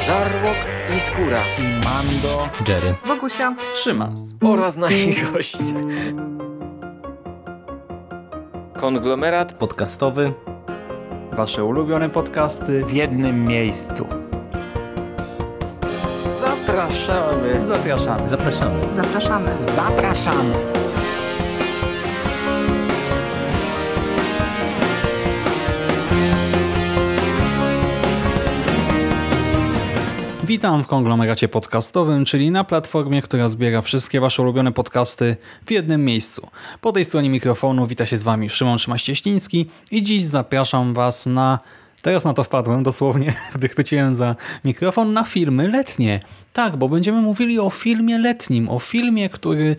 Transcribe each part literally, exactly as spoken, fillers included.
Żarłok i Skóra i Mando, Jerry, Wokusia, Szymas oraz nasi goście. Konglomerat podcastowy. Wasze ulubione podcasty w jednym miejscu. Zapraszamy. Zapraszamy. Zapraszamy. zapraszamy. Zapraszamy. Witam w konglomeracie podcastowym, czyli na platformie, która zbiera wszystkie wasze ulubione podcasty w jednym miejscu. Po tej stronie mikrofonu wita się z wami Szymon Szymaś-Cieśliński i dziś zapraszam was na... Teraz na to wpadłem dosłownie, gdy chwyciłem za mikrofon, na filmy letnie. Tak, bo będziemy mówili o filmie letnim, o filmie, który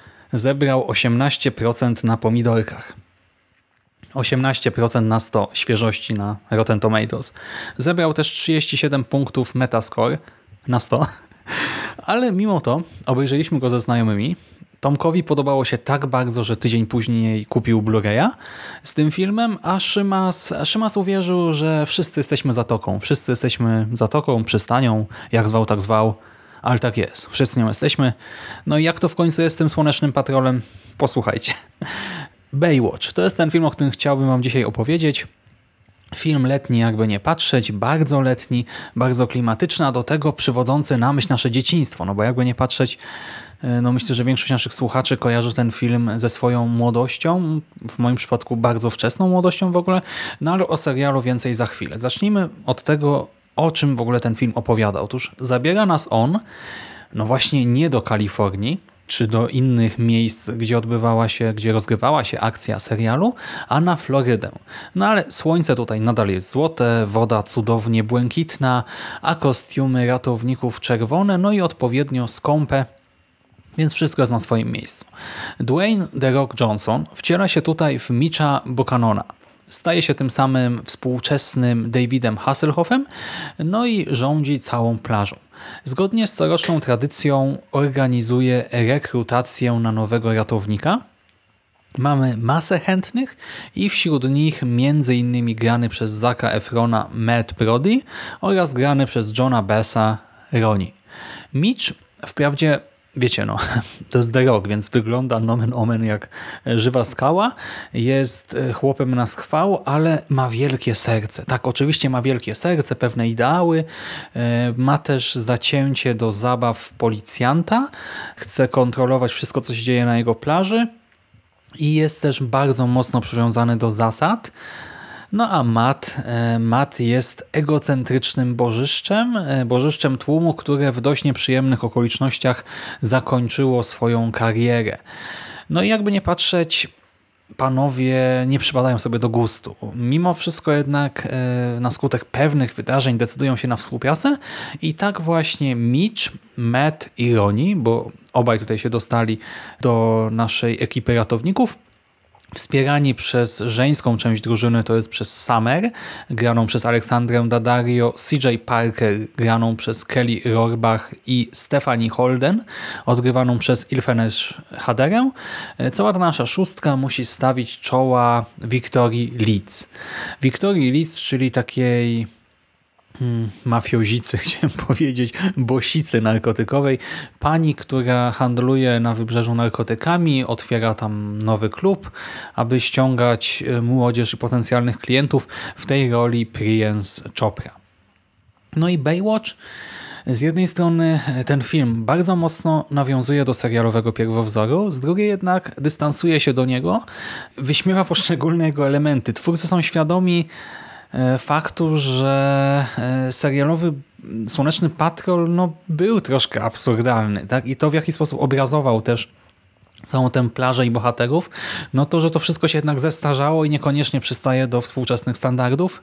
zebrał osiemnaście procent na pomidorkach. osiemnaście procent na sto świeżości na Rotten Tomatoes. Zebrał też trzydzieści siedem punktów Metascore na sto, ale mimo to obejrzeliśmy go ze znajomymi. Tomkowi podobało się tak bardzo, że tydzień później kupił Blu-raya z tym filmem, a Szymas, Szymas uwierzył, że wszyscy jesteśmy zatoką. Wszyscy jesteśmy zatoką, przystanią, jak zwał, tak zwał, ale tak jest. Wszyscy nią jesteśmy. No i jak to w końcu jest z tym Słonecznym Patrolem? Posłuchajcie. Baywatch. To jest ten film, o którym chciałbym wam dzisiaj opowiedzieć. Film letni, jakby nie patrzeć, bardzo letni, bardzo klimatyczny, a do tego przywodzący na myśl nasze dzieciństwo. No bo jakby nie patrzeć, no myślę, że większość naszych słuchaczy kojarzy ten film ze swoją młodością, w moim przypadku bardzo wczesną młodością w ogóle, no ale o serialu więcej za chwilę. Zacznijmy od tego, o czym w ogóle ten film opowiada. Otóż zabiera nas on, no właśnie nie do Kalifornii, czy do innych miejsc, gdzie odbywała się, gdzie rozgrywała się akcja serialu, a na Florydę. No ale słońce tutaj nadal jest złote, woda cudownie błękitna, a kostiumy ratowników czerwone, no i odpowiednio skąpe, więc wszystko jest na swoim miejscu. Dwayne The Rock Johnson wciela się tutaj w Mitcha Buchanana. Staje się tym samym współczesnym Davidem Hasselhoffem, no i rządzi całą plażą. Zgodnie z coroczną tradycją organizuje rekrutację na nowego ratownika. Mamy masę chętnych i wśród nich między innymi grany przez Zacka Efrona Matt Brody oraz grany przez Johna Bassa Ronnie. Mitch wprawdzie, wiecie, no, to jest The Rock, więc wygląda nomen omen jak żywa skała. Jest chłopem na schwał, ale ma wielkie serce. Tak, oczywiście ma wielkie serce, pewne ideały. Ma też zacięcie do zabaw policjanta. Chce kontrolować wszystko, co się dzieje na jego plaży. I jest też bardzo mocno przywiązany do zasad. No a Matt, Matt jest egocentrycznym bożyszczem, bożyszczem tłumu, które w dość nieprzyjemnych okolicznościach zakończyło swoją karierę. No i jakby nie patrzeć, panowie nie przypadają sobie do gustu. Mimo wszystko jednak na skutek pewnych wydarzeń decydują się na współpracę i tak właśnie Mitch, Matt i Ronnie, bo obaj tutaj się dostali do naszej ekipy ratowników, wspierani przez żeńską część drużyny, to jest przez Summer, graną przez Aleksandrę Daddario, C J Parker, graną przez Kelly Rohrbach i Stephanie Holden, odgrywaną przez Ilfenesh Haderę. Cała ta nasza szóstka musi stawić czoła Victorii Leeds. Victorii Leeds, czyli takiej Hmm, mafiozicy, chciałem powiedzieć, bosicy narkotykowej. Pani, która handluje na wybrzeżu narkotykami, otwiera tam nowy klub, aby ściągać młodzież i potencjalnych klientów. W tej roli Priyanka Chopra. No i Baywatch. Z jednej strony ten film bardzo mocno nawiązuje do serialowego pierwowzoru, z drugiej jednak dystansuje się do niego, wyśmiewa poszczególne jego elementy. Twórcy są świadomi faktu, że serialowy Słoneczny Patrol no, był troszkę absurdalny, tak? I to w jaki sposób obrazował też całą tę plażę i bohaterów, no to, że to wszystko się jednak zestarzało i niekoniecznie przystaje do współczesnych standardów.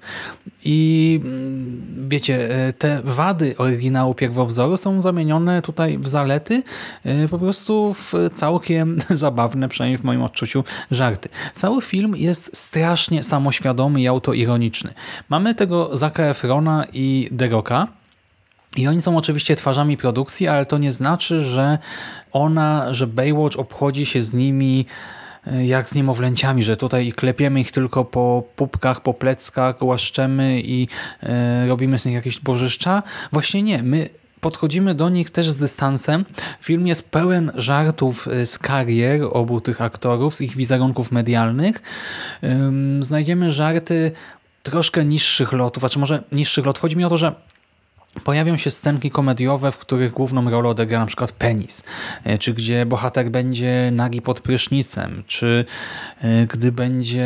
I wiecie, te wady oryginału pierwowzoru są zamienione tutaj w zalety, po prostu w całkiem zabawne, przynajmniej w moim odczuciu, żarty. Cały film jest strasznie samoświadomy i autoironiczny. Mamy tego Zacka Efrona i The Rocka, i oni są oczywiście twarzami produkcji, ale to nie znaczy, że ona, że Baywatch obchodzi się z nimi jak z niemowlęciami, że tutaj klepiemy ich tylko po pupkach, po pleckach, głaszczemy i e, robimy z nich jakieś bożyszcza. Właśnie nie, my podchodzimy do nich też z dystansem. Film jest pełen żartów z karier obu tych aktorów, z ich wizerunków medialnych. Ym, znajdziemy żarty troszkę niższych lotów, znaczy może niższych lotów. Chodzi mi o to, że pojawią się scenki komediowe, w których główną rolę odegra na przykład penis, czy gdzie bohater będzie nagi pod prysznicem, czy gdy będzie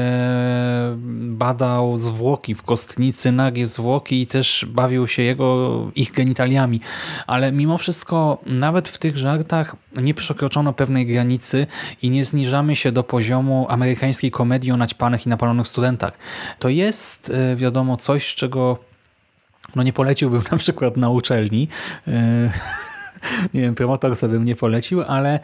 badał zwłoki w kostnicy, nagie zwłoki i też bawił się jego, ich genitaliami. Ale mimo wszystko nawet w tych żartach nie przekroczono pewnej granicy i nie zniżamy się do poziomu amerykańskiej komedii o naćpanych i napalonych studentach. To jest wiadomo coś, z czego no nie poleciłbym na przykład na uczelni. Nie wiem, promotor sobie bym nie polecił, ale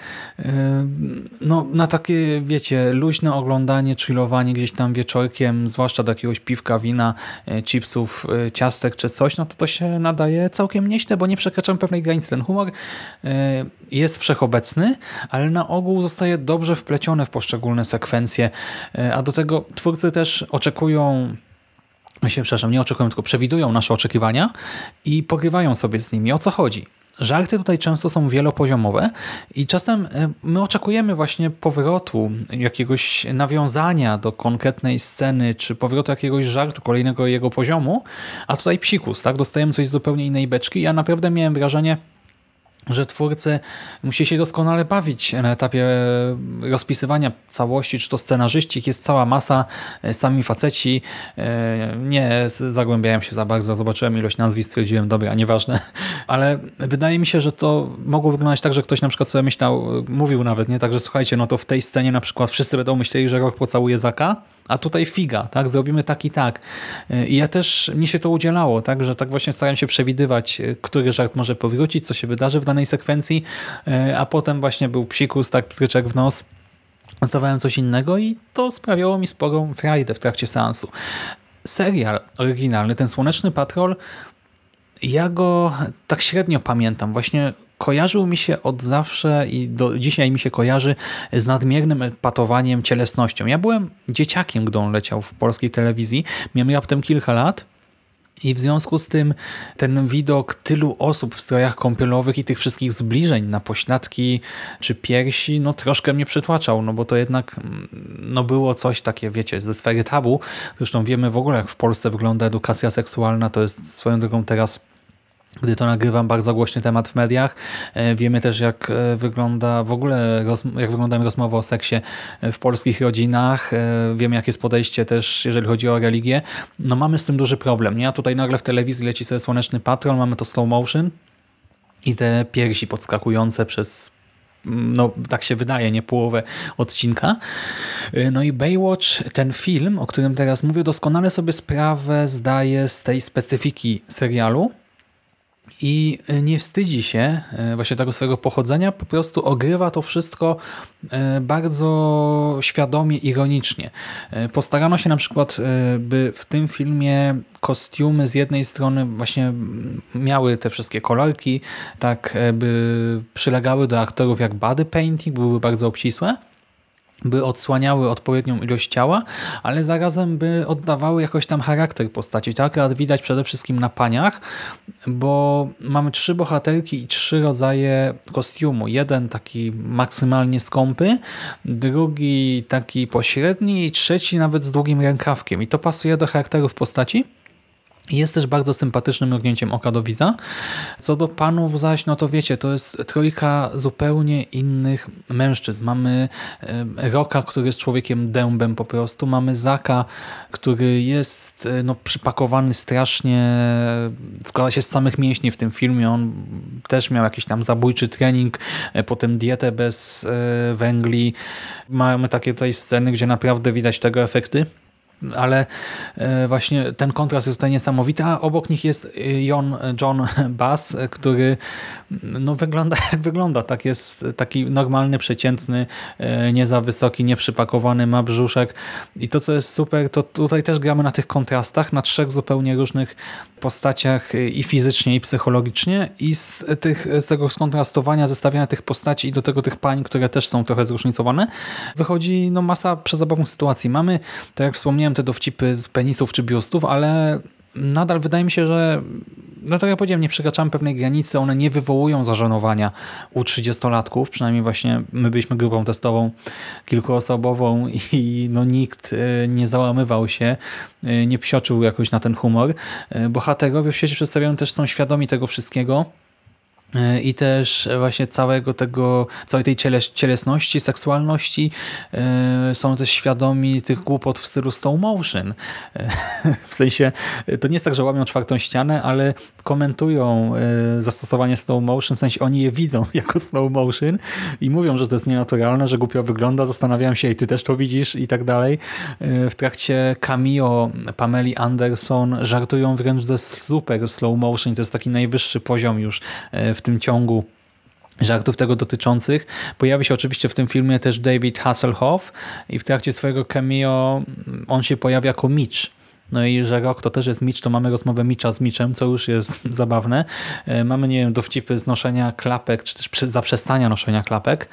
no, na takie, wiecie, luźne oglądanie, chillowanie gdzieś tam wieczorkiem, zwłaszcza do jakiegoś piwka, wina, chipsów, ciastek czy coś, no to to się nadaje całkiem nieźle, bo nie przekraczam pewnej granicy. Ten humor jest wszechobecny, ale na ogół zostaje dobrze wpleciony w poszczególne sekwencje, a do tego twórcy też oczekują się, przepraszam, nie oczekują, tylko przewidują nasze oczekiwania i pogrywają sobie z nimi. O co chodzi? Żarty tutaj często są wielopoziomowe i czasem my oczekujemy właśnie powrotu, jakiegoś nawiązania do konkretnej sceny, czy powrotu jakiegoś żartu, kolejnego jego poziomu, a tutaj psikus, tak? Dostajemy coś z zupełnie innej beczki. Ja naprawdę miałem wrażenie, że twórcy musi się doskonale bawić na etapie rozpisywania całości, czy to scenarzyści, ich jest cała masa, sami faceci. Nie zagłębiałem się za bardzo, zobaczyłem ilość nazwisk, stwierdziłem, dobra, nieważne. Ale wydaje mi się, że to mogło wyglądać tak, że ktoś na przykład sobie myślał, mówił nawet, nie, także słuchajcie, no to w tej scenie na przykład wszyscy będą myśleli, że Rock pocałuje Zaka, a tutaj figa, tak? Zrobimy tak i tak. I ja też, mi się to udzielało, tak? Że tak właśnie starałem się przewidywać, który żart może powrócić, co się wydarzy w danej sekwencji, a potem właśnie był psikus, tak, pstryczek w nos. Zdawałem coś innego i to sprawiało mi sporą frajdę w trakcie seansu. Serial oryginalny, ten Słoneczny Patrol, ja go tak średnio pamiętam. Właśnie kojarzył mi się od zawsze i do dzisiaj mi się kojarzy z nadmiernym epatowaniem cielesnością. Ja byłem dzieciakiem, gdy on leciał w polskiej telewizji. Miałem raptem kilka lat i w związku z tym ten widok tylu osób w strojach kąpielowych i tych wszystkich zbliżeń na pośladki czy piersi, no troszkę mnie przytłaczał, no bo to jednak no było coś takie, wiecie, ze sfery tabu. Zresztą wiemy w ogóle, jak w Polsce wygląda edukacja seksualna. To jest swoją drogą teraz, gdy to nagrywam, bardzo głośny temat w mediach. Wiemy też, jak wygląda w ogóle, jak wyglądają rozmowy o seksie w polskich rodzinach. Wiemy, jakie jest podejście też, jeżeli chodzi o religię. No mamy z tym duży problem. Nie? A tutaj nagle w telewizji leci sobie Słoneczny Patrol, mamy to slow motion i te piersi podskakujące przez, no tak się wydaje, nie połowę odcinka. No i Baywatch, ten film, o którym teraz mówię, doskonale sobie sprawę zdaje z tej specyfiki serialu i nie wstydzi się właśnie tego swojego pochodzenia, po prostu ogrywa to wszystko bardzo świadomie, ironicznie. Postarano się na przykład, by w tym filmie kostiumy z jednej strony właśnie miały te wszystkie kolorki, tak by przylegały do aktorów jak body painting, były bardzo obcisłe, by odsłaniały odpowiednią ilość ciała, ale zarazem by oddawały jakoś tam charakter postaci. Tak akurat widać przede wszystkim na paniach, bo mamy trzy bohaterki i trzy rodzaje kostiumu. Jeden taki maksymalnie skąpy, drugi taki pośredni i trzeci nawet z długim rękawkiem. I to pasuje do charakterów postaci. Jest też bardzo sympatycznym mrugnięciem oka do widza. Co do panów zaś, no to wiecie, to jest trójka zupełnie innych mężczyzn. Mamy Rocka, który jest człowiekiem dębem po prostu. Mamy Zaka, który jest no, przypakowany strasznie, składa się z samych mięśni w tym filmie. On też miał jakiś tam zabójczy trening, potem dietę bez węgli. Mamy takie tutaj sceny, gdzie naprawdę widać tego efekty. ale e, właśnie ten kontrast jest tutaj niesamowity, a obok nich jest John, John Bass, który no wygląda jak wygląda, tak jest taki normalny, przeciętny, e, nie za wysoki, nieprzypakowany, ma brzuszek i to co jest super, to tutaj też gramy na tych kontrastach, na trzech zupełnie różnych postaciach i fizycznie i psychologicznie i z, tych, z tego skontrastowania, zestawiania tych postaci i do tego tych pań, które też są trochę zróżnicowane, wychodzi no masa przezabawnych sytuacji. Mamy, tak jak wspomniałem, te dowcipy z penisów czy biustów, ale nadal wydaje mi się, że no tak jak powiedziałem, nie przekraczamy pewnej granicy, one nie wywołują zażenowania u trzydziestolatków, przynajmniej właśnie my byliśmy grupą testową kilkuosobową i no nikt nie załamywał się, nie psioczył jakoś na ten humor. Bohaterowie w świecie przedstawiają też są świadomi tego wszystkiego, i też właśnie całego tego, całej tej cieles, cielesności, seksualności yy, są też świadomi tych głupot w stylu slow motion. Yy, w sensie, to nie jest tak, że łamią czwartą ścianę, ale komentują yy, zastosowanie slow motion, w sensie oni je widzą jako slow motion i mówią, że to jest nienaturalne, że głupio wygląda, zastanawiam się i ty też to widzisz i tak dalej. Yy, w trakcie cameo Pameli Anderson żartują wręcz ze super slow motion, to jest taki najwyższy poziom już yy, w w tym ciągu żartów tego dotyczących. Pojawi się oczywiście w tym filmie też David Hasselhoff i w trakcie swojego cameo on się pojawia jako Mitch. No i że rok to też jest Mitch, to mamy rozmowę Mitcha z Mitchem, co już jest zabawne. Mamy, nie wiem, dowcipy z noszenia klapek, czy też zaprzestania noszenia klapek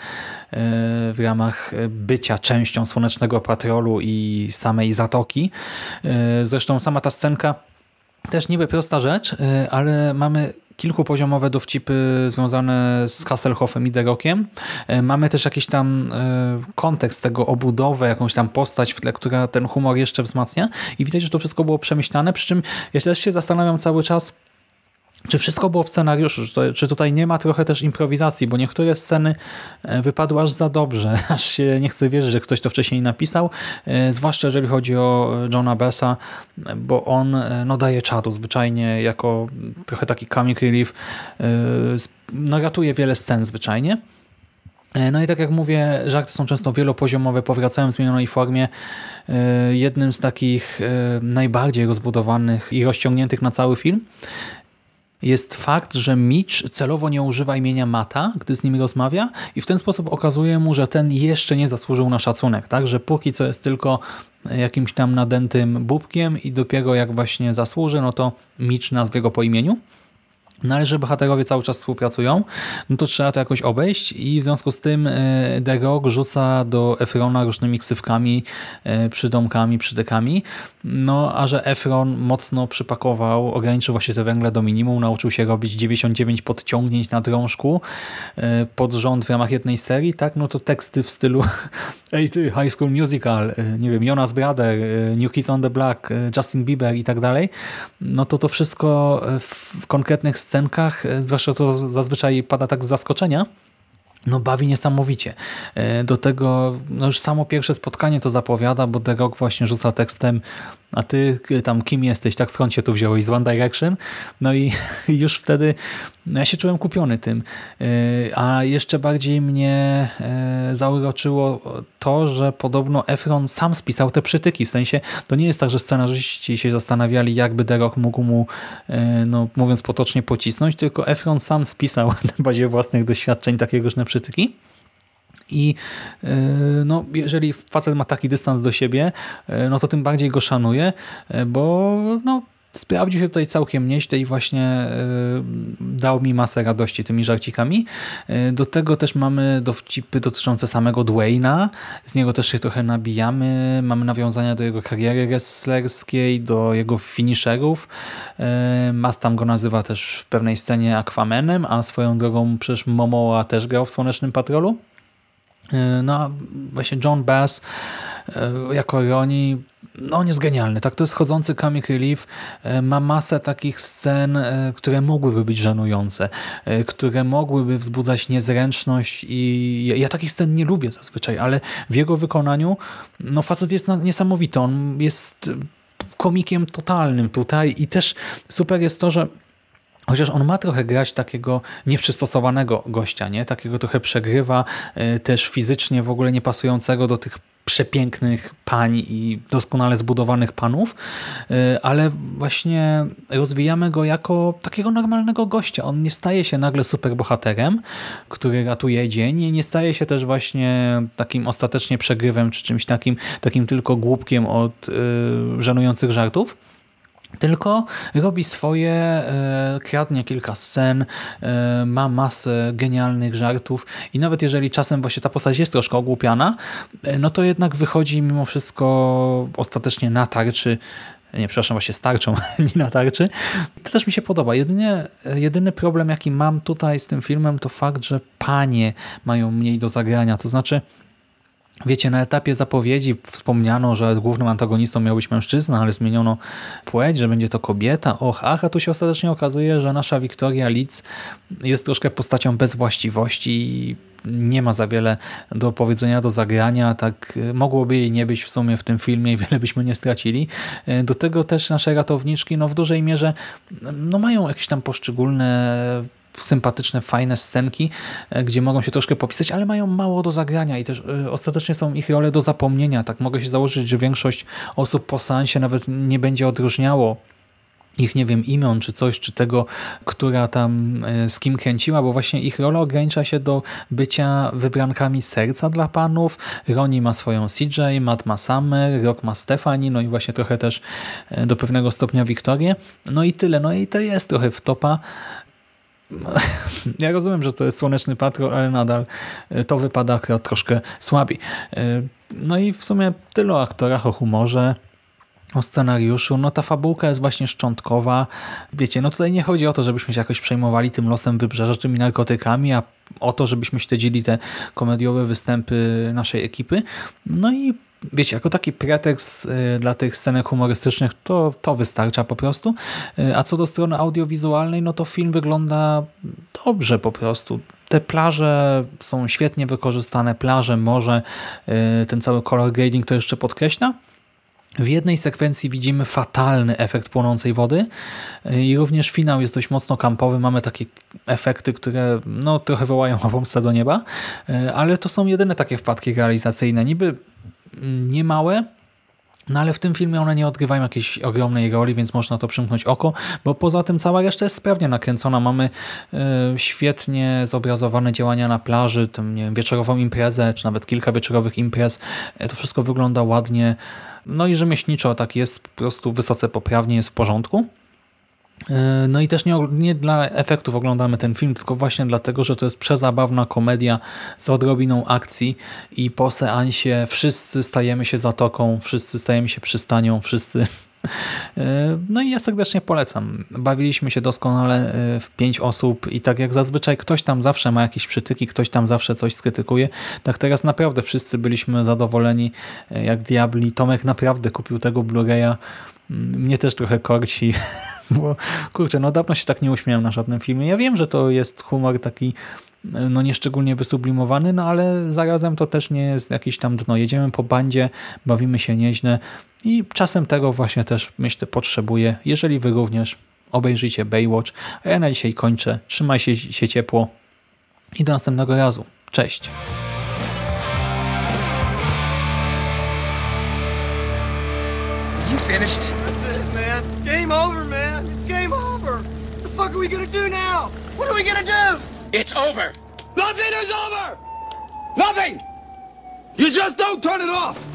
w ramach bycia częścią Słonecznego Patrolu i samej Zatoki. Zresztą sama ta scenka też niby prosta rzecz, ale mamy kilkupoziomowe dowcipy związane z Hasselhoffem i The Rockiem. Mamy też jakiś tam kontekst tego, obudowę, jakąś tam postać w tle, która ten humor jeszcze wzmacnia i widać, że to wszystko było przemyślane, przy czym ja też się zastanawiam cały czas, czy wszystko było w scenariuszu, czy tutaj nie ma trochę też improwizacji, bo niektóre sceny wypadły aż za dobrze, aż się nie chce wierzyć, że ktoś to wcześniej napisał, zwłaszcza jeżeli chodzi o Johna Bassa, bo on no, daje czadu zwyczajnie jako trochę taki comic relief, no, ratuje wiele scen zwyczajnie. No i tak jak mówię, żarty są często wielopoziomowe, powracają w zmienionej formie. Jednym z takich najbardziej rozbudowanych i rozciągniętych na cały film jest fakt, że Mitch celowo nie używa imienia Mata, gdy z nim rozmawia i w ten sposób okazuje mu, że ten jeszcze nie zasłużył na szacunek, tak? Że póki co jest tylko jakimś tam nadętym bubkiem i dopiero jak właśnie zasłuży, no to Mitch nazwie go po imieniu. No ale że bohaterowie cały czas współpracują, no to trzeba to jakoś obejść i w związku z tym The Rock rzuca do Efrona różnymi ksywkami, przydomkami, przydekami, no a że Efron mocno przypakował, ograniczył właśnie te węgle do minimum, nauczył się robić dziewięćdziesiąt dziewięć podciągnięć na drążku pod rząd w ramach jednej serii, tak, no to teksty w stylu ej ty, High School Musical, nie wiem, Jonas Brother, New Kids on the Block, Justin Bieber i tak dalej, no to to wszystko w konkretnych scenkach, zwłaszcza to zazwyczaj pada tak z zaskoczenia, no bawi niesamowicie. Do tego no już samo pierwsze spotkanie to zapowiada, bo The Rock właśnie rzuca tekstem a ty tam kim jesteś, tak skąd się tu wziąłeś, z One Direction? No i już wtedy no ja się czułem kupiony tym. A jeszcze bardziej mnie zauroczyło to, że podobno Efron sam spisał te przytyki, w sensie to nie jest tak, że scenarzyści się zastanawiali, jakby The Rock mógł mu, no mówiąc potocznie, pocisnąć, tylko Efron sam spisał na bazie własnych doświadczeń takie różne przytyki. I no, jeżeli facet ma taki dystans do siebie, no to tym bardziej go szanuję, bo no, sprawdził się tutaj całkiem nieźle i właśnie dał mi masę radości tymi żarcikami. Do tego też mamy dowcipy dotyczące samego Dwayna, z niego też się trochę nabijamy, mamy nawiązania do jego kariery wrestlerskiej, do jego finisherów. Matt tam go nazywa też w pewnej scenie Aquamanem, a swoją drogą przecież Momoa też grał w Słonecznym Patrolu. No a właśnie John Bass jako Ronnie, no on jest genialny, tak, to jest chodzący comic relief, ma masę takich scen, które mogłyby być żenujące, które mogłyby wzbudzać niezręczność i ja takich scen nie lubię zazwyczaj, ale w jego wykonaniu no facet jest niesamowity, on jest komikiem totalnym tutaj i też super jest to, że chociaż on ma trochę grać takiego nieprzystosowanego gościa, nie? Takiego trochę przegrywa, też fizycznie w ogóle niepasującego do tych przepięknych pań i doskonale zbudowanych panów, ale właśnie rozwijamy go jako takiego normalnego gościa. On nie staje się nagle superbohaterem, który ratuje dzień, nie staje się też właśnie takim ostatecznie przegrywem, czy czymś takim, takim tylko głupkiem od yy, żenujących żartów, tylko robi swoje, e, kradnie kilka scen, e, ma masę genialnych żartów i nawet jeżeli czasem właśnie ta postać jest troszkę ogłupiana, e, no to jednak wychodzi mimo wszystko ostatecznie na tarczy, nie, przepraszam, właśnie z tarczą, nie na tarczy. To też mi się podoba. Jedynie, jedyny problem, jaki mam tutaj z tym filmem, to fakt, że panie mają mniej do zagrania, to znaczy wiecie, na etapie zapowiedzi wspomniano, że głównym antagonistą miał być mężczyzna, ale zmieniono płeć, że będzie to kobieta. Och, ach, a tu się ostatecznie okazuje, że nasza Victoria Leeds jest troszkę postacią bez właściwości i nie ma za wiele do powiedzenia, do zagrania. Tak mogłoby jej nie być w sumie w tym filmie i wiele byśmy nie stracili. Do tego też nasze ratowniczki no w dużej mierze no mają jakieś tam poszczególne sympatyczne, fajne scenki, gdzie mogą się troszkę popisać, ale mają mało do zagrania i też y, ostatecznie są ich role do zapomnienia. Tak mogę się założyć, że większość osób po seansie nawet nie będzie odróżniało ich, nie wiem, imion, czy coś, czy tego, która tam y, z kim kręciła, bo właśnie ich rola ogranicza się do bycia wybrankami serca dla panów. Ronnie ma swoją C J, Matt ma Summer, Rock ma Stephanie, no i właśnie trochę też y, do pewnego stopnia Wiktorię. No i tyle. No i to jest trochę wtopa. Ja rozumiem, że to jest Słoneczny Patrol, ale nadal to wypada akurat troszkę słabiej. No i w sumie tyle o aktorach, o humorze, o scenariuszu. No ta fabułka jest właśnie szczątkowa. Wiecie, no tutaj nie chodzi o to, żebyśmy się jakoś przejmowali tym losem wybrzeża, tymi narkotykami, a o to, żebyśmy śledzili te komediowe występy naszej ekipy. No i wiecie, jako taki pretekst dla tych scenek humorystycznych to, to wystarcza po prostu. A co do strony audiowizualnej, no to film wygląda dobrze po prostu. Te plaże są świetnie wykorzystane, plaże, morze, ten cały color grading to jeszcze podkreśla. W jednej sekwencji widzimy fatalny efekt płonącej wody i również finał jest dość mocno kampowy. Mamy takie efekty, które no, trochę wołają o pomstę do nieba, ale to są jedyne takie wpadki realizacyjne. Niby niemałe, no ale w tym filmie one nie odgrywają jakiejś ogromnej roli, więc można to przymknąć oko, bo poza tym cała reszta jest sprawnie nakręcona. Mamy y, świetnie zobrazowane działania na plaży, tym, nie wiem, wieczorową imprezę, czy nawet kilka wieczorowych imprez. To wszystko wygląda ładnie. No i rzemieślniczo tak jest, po prostu wysoce poprawnie, jest w porządku. No i też nie, nie dla efektów oglądamy ten film, tylko właśnie dlatego, że to jest przezabawna komedia z odrobiną akcji i po seansie wszyscy stajemy się zatoką, wszyscy stajemy się przystanią, wszyscy... No i ja serdecznie polecam. Bawiliśmy się doskonale w pięć osób i tak jak zazwyczaj ktoś tam zawsze ma jakieś przytyki, ktoś tam zawsze coś skrytykuje. Tak teraz naprawdę wszyscy byliśmy zadowoleni jak diabli. Tomek naprawdę kupił tego Blu-raya. Mnie też trochę korci, bo kurczę, no dawno się tak nie uśmiałem na żadnym filmie. Ja wiem, że to jest humor taki no nieszczególnie wysublimowany, no ale zarazem to też nie jest jakieś tam dno. Jedziemy po bandzie, bawimy się nieźle i czasem tego właśnie też, myślę, potrzebuję. Jeżeli wy również obejrzyjcie Baywatch, a ja na dzisiaj kończę. Trzymaj się, się ciepło i do następnego razu. Cześć! You finished? That's it, man. Game over, man. It's game over. What the fuck are we gonna do now? What are we gonna do? It's over. Nothing is over! Nothing! You just don't turn it off!